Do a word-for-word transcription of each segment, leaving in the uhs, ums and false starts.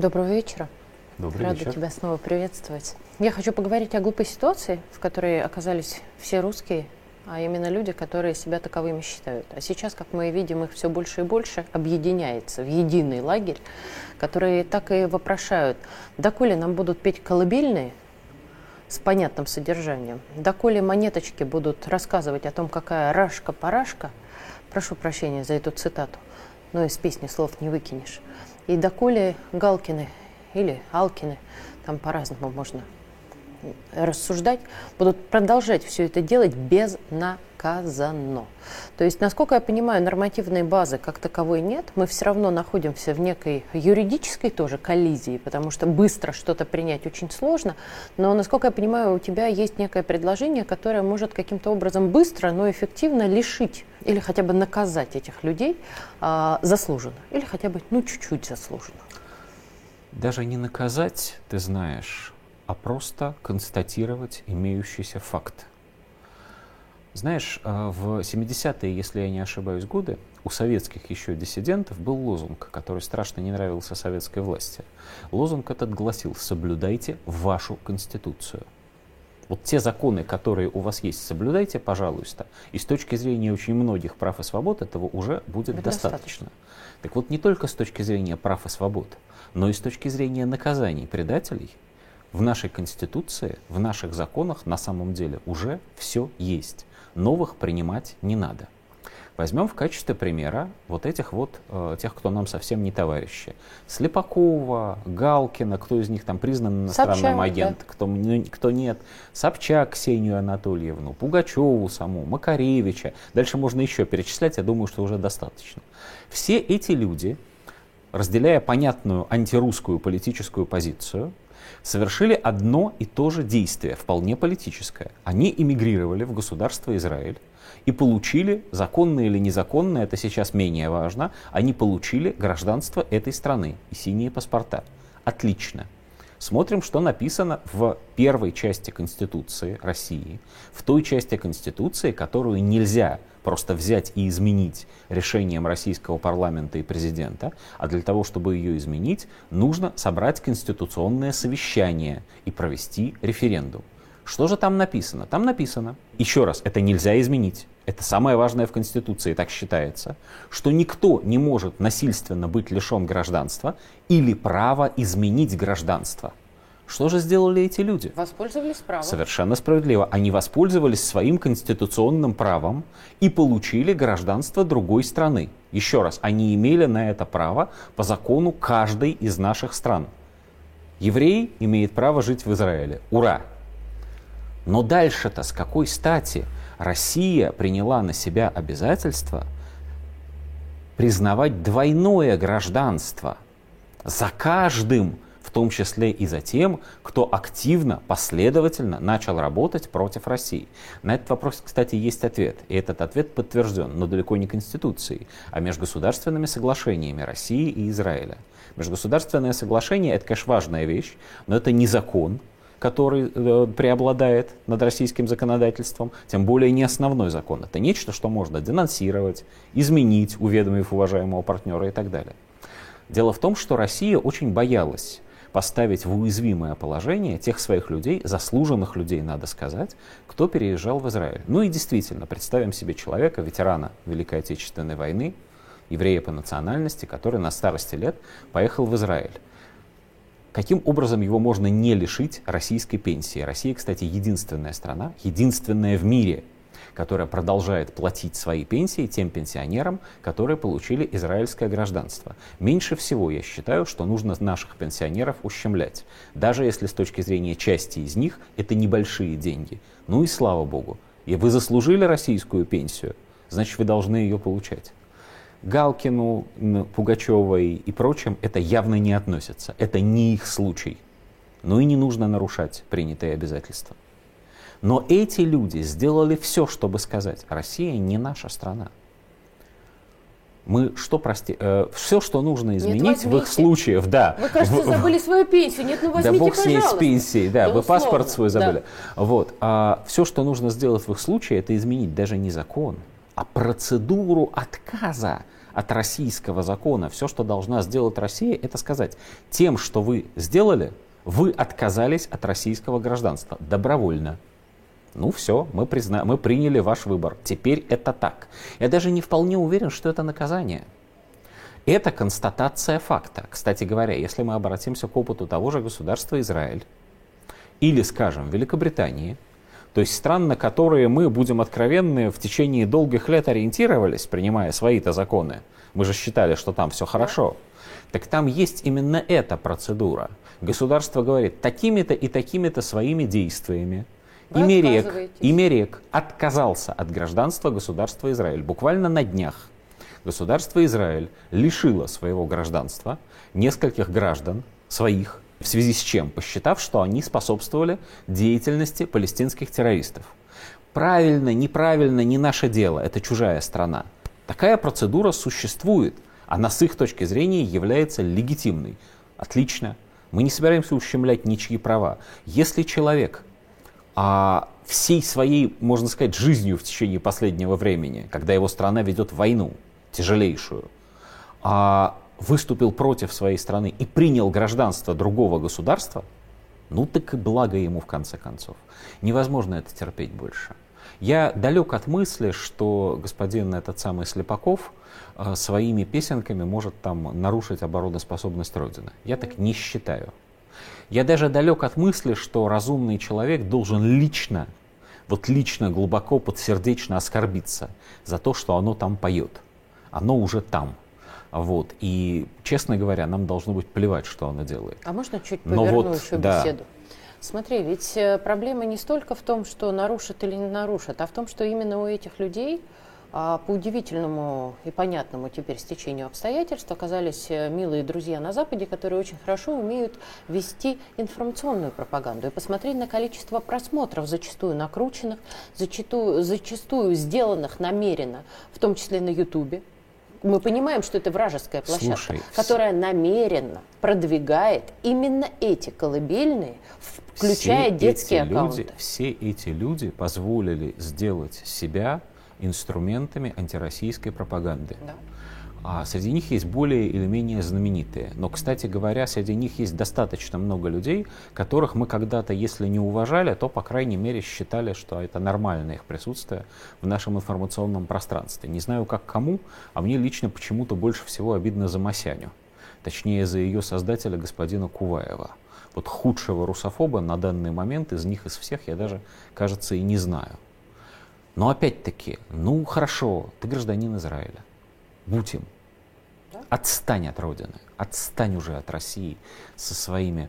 Доброго вечера. Добрый Рада вечер. тебя снова приветствовать. Я хочу поговорить о глупой ситуации, в которой оказались все русские, а именно люди, которые себя таковыми считают. А сейчас, как мы видим, их все больше и больше объединяется в единый лагерь, которые так и вопрошают: доколе нам будут петь колыбельные с понятным содержанием, доколе монеточки будут рассказывать о том, какая рашка-парашка, прошу прощения за эту цитату, но из песни слов не выкинешь, и доколе Галкины или Алкины, там по-разному можно рассуждать, будут продолжать все это делать безнаказанно. То есть, насколько я понимаю, нормативной базы как таковой нет, мы все равно находимся в некой юридической тоже коллизии, потому что быстро что-то принять очень сложно, но, насколько я понимаю, у тебя есть некое предложение, которое может каким-то образом быстро, но эффективно лишить или хотя бы наказать этих людей а, заслуженно, или хотя бы, ну, чуть-чуть заслуженно. Даже не наказать, ты знаешь, а просто констатировать имеющийся факт. Знаешь, в семидесятые, если я не ошибаюсь, годы у советских еще диссидентов был лозунг, который страшно не нравился советской власти. Лозунг этот гласил: «Соблюдайте вашу Конституцию». Вот те законы, которые у вас есть, соблюдайте, пожалуйста. И с точки зрения очень многих прав и свобод этого уже будет Это достаточно. достаточно. Так вот, не только с точки зрения прав и свобод, но и с точки зрения наказаний предателей, в нашей Конституции, в наших законах на самом деле уже все есть. Новых принимать не надо. Возьмем в качестве примера вот этих вот, э, тех, кто нам совсем не товарищи. Слепакова, Галкина, кто из них там признан иностранным Собчак, агентом, да. кто, кто нет. Собчак Ксению Анатольевну, Пугачеву саму, Макаревича. Дальше можно еще перечислять, я думаю, что уже достаточно. Все эти люди, разделяя понятную антирусскую политическую позицию, совершили одно и то же действие, вполне политическое. Они эмигрировали в государство Израиль и получили, законно или незаконно, это сейчас менее важно, они получили гражданство этой страны и синие паспорта. Отлично. Смотрим, что написано в первой части Конституции России, в той части Конституции, которую нельзя просто взять и изменить решением российского парламента и президента, а для того, чтобы ее изменить, нужно собрать конституционное совещание и провести референдум. Что же там написано? Там написано, еще раз, это нельзя изменить, это самое важное в Конституции, так считается, что никто не может насильственно быть лишен гражданства или права изменить гражданство. Что же сделали эти люди? Воспользовались правом. Совершенно справедливо. Они воспользовались своим конституционным правом и получили гражданство другой страны. Еще раз, они имели на это право по закону каждой из наших стран. Еврей имеет право жить в Израиле. Ура! Но дальше-то с какой стати Россия приняла на себя обязательство признавать двойное гражданство за каждым, в том числе и за тем, кто активно, последовательно начал работать против России? На этот вопрос, кстати, есть ответ. И этот ответ подтвержден, но далеко не Конституцией, а межгосударственными соглашениями России и Израиля. Межгосударственное соглашение — это, конечно, важная вещь, но это не закон, который э, преобладает над российским законодательством, тем более не основной закон. Это нечто, что можно денонсировать, изменить, уведомив уважаемого партнера и так далее. Дело в том, что Россия очень боялась поставить в уязвимое положение тех своих людей, заслуженных людей, надо сказать, кто переезжал в Израиль. Ну и действительно, представим себе человека, ветерана Великой Отечественной войны, еврея по национальности, который на старости лет поехал в Израиль. Каким образом его можно не лишить российской пенсии? Россия, кстати, единственная страна, единственная в мире, которая продолжает платить свои пенсии тем пенсионерам, которые получили израильское гражданство. Меньше всего я считаю, что нужно наших пенсионеров ущемлять, даже если с точки зрения части из них это небольшие деньги. Ну и слава богу, и вы заслужили российскую пенсию, значит, вы должны ее получать. Галкину, Пугачевой и прочим это явно не относится. Это не их случай. Но и не нужно нарушать принятые обязательства. Но эти люди сделали все, чтобы сказать: Россия не наша страна. Мы что, прости, э, все, что нужно изменить Нет, в их случае, да. Вы, кажется, в, забыли свою пенсию. Нет, ну возьмите, да бог с ней, пожалуйста. с пенсией, да, да вы условно, паспорт свой забыли. Да. Вот. А все, что нужно сделать в их случае, это изменить даже не закон, а процедуру отказа от российского закона. Все, что должна сделать Россия, это сказать, тем, что вы сделали, вы отказались от российского гражданства добровольно. Ну все, мы, призна... мы приняли ваш выбор. Теперь это так. Я даже не вполне уверен, что это наказание. Это констатация факта. Кстати говоря, если мы обратимся к опыту того же государства Израиль или, скажем, Великобритании, то есть стран, на которые мы, будем откровенны, в течение долгих лет ориентировались, принимая свои-то законы. Мы же считали, что там все хорошо. Так там есть именно эта процедура. Государство говорит, такими-то и такими-то своими действиями Имерек, Имерек отказался от гражданства государства Израиль. Буквально на днях государство Израиль лишило своего гражданства нескольких граждан своих, в связи с чем, посчитав, что они способствовали деятельности палестинских террористов. Правильно, неправильно, не наше дело, это чужая страна. Такая процедура существует, она с их точки зрения является легитимной. Отлично, мы не собираемся ущемлять ничьи права. Если человек а, всей своей, можно сказать, жизнью в течение последнего времени, когда его страна ведет войну, тяжелейшую, а, выступил против своей страны и принял гражданство другого государства, ну так и благо ему в конце концов. Невозможно это терпеть больше. Я далек от мысли, что господин этот самый Слепаков э, своими песенками может там нарушить обороноспособность Родины. Я так не считаю. Я даже далек от мысли, что разумный человек должен лично, вот лично глубоко подсердечно оскорбиться за то, что оно там поет. Оно уже там. Вот. И, честно говоря, нам должно быть плевать, что она делает. А можно чуть поверну вот, еще да. беседу? Смотри, ведь проблема не столько в том, что нарушат или не нарушат, а в том, что именно у этих людей по удивительному и понятному теперь стечению обстоятельств оказались милые друзья на Западе, которые очень хорошо умеют вести информационную пропаганду. И посмотреть на количество просмотров, зачастую накрученных, зачастую, зачастую сделанных намеренно, в том числе на Ютубе. Мы понимаем, что это вражеская площадка, Слушай, которая намеренно продвигает именно эти колыбельные, включая все детские эти аккаунты. Люди, все эти люди позволили сделать себя инструментами антироссийской пропаганды. Да. А среди них есть более или менее знаменитые. Но, кстати говоря, среди них есть достаточно много людей, которых мы когда-то, если не уважали, то, по крайней мере, считали, что это нормальное их присутствие в нашем информационном пространстве. Не знаю, как кому, а мне лично почему-то больше всего обидно за Масяню. Точнее, за ее создателя, господина Куваева. Вот худшего русофоба на данный момент из них, из всех, я даже, кажется, и не знаю. Но опять-таки, ну хорошо, ты гражданин Израиля. Будь им. Да? Отстань от Родины, отстань уже от России со своими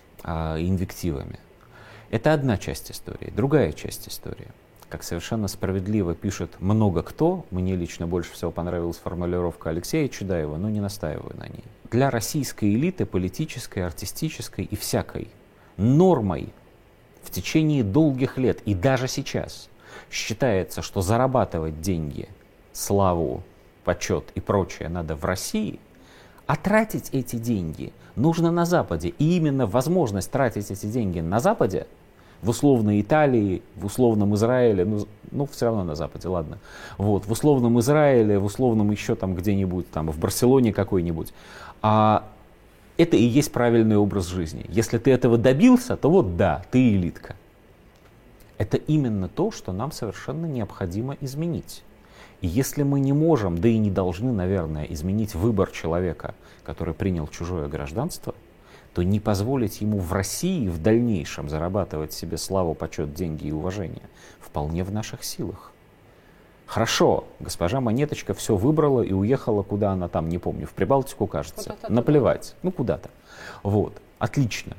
а, инвективами. Это одна часть истории. Другая часть истории. Как совершенно справедливо пишет много кто, мне лично больше всего понравилась формулировка Алексея Чудаева, но не настаиваю на ней. Для российской элиты, политической, артистической и всякой, нормой в течение долгих лет и даже сейчас считается, что зарабатывать деньги, славу, почет и прочее надо в России, а тратить эти деньги нужно на Западе. И именно возможность тратить эти деньги на Западе, в условной Италии, в условном Израиле, ну, ну все равно на Западе, ладно, вот, в условном Израиле, в условном еще там где-нибудь, там в Барселоне какой-нибудь, а это и есть правильный образ жизни. Если ты этого добился, то вот да, ты элитка. Это именно то, что нам совершенно необходимо изменить. И если мы не можем, да и не должны, наверное, изменить выбор человека, который принял чужое гражданство, то не позволить ему в России в дальнейшем зарабатывать себе славу, почет, деньги и уважение вполне в наших силах. Хорошо, госпожа Монеточка все выбрала и уехала, куда она там, не помню, в Прибалтику, кажется. Куда-то наплевать, туда. Ну куда-то. Вот, отлично.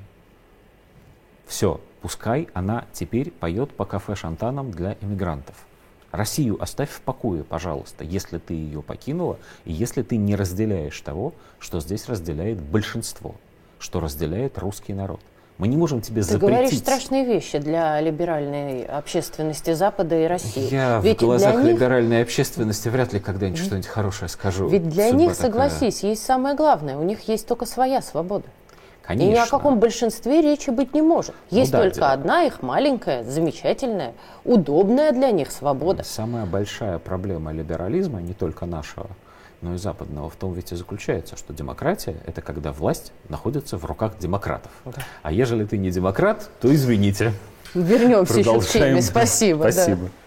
Все, пускай она теперь поет по кафе-шантанам для иммигрантов. Россию оставь в покое, пожалуйста, если ты ее покинула, и если ты не разделяешь того, что здесь разделяет большинство, что разделяет русский народ. Мы не можем тебе ты запретить. Ты говоришь страшные вещи для либеральной общественности Запада и России. Я Ведь в глазах них... либеральной общественности вряд ли когда-нибудь mm-hmm. что-нибудь хорошее скажу. Ведь для Судьба них, такая. Согласись, есть самое главное. У них есть только своя свобода. Конечно. И ни о каком большинстве речи быть не может. Есть ну, да, только дело. одна их маленькая, замечательная, удобная для них свобода. Самая большая проблема либерализма, не только нашего, но и западного, в том ведь и заключается, что демократия — это когда власть находится в руках демократов. Да. А ежели ты не демократ, то извините. Вернемся еще к теме. Спасибо. Спасибо. Да.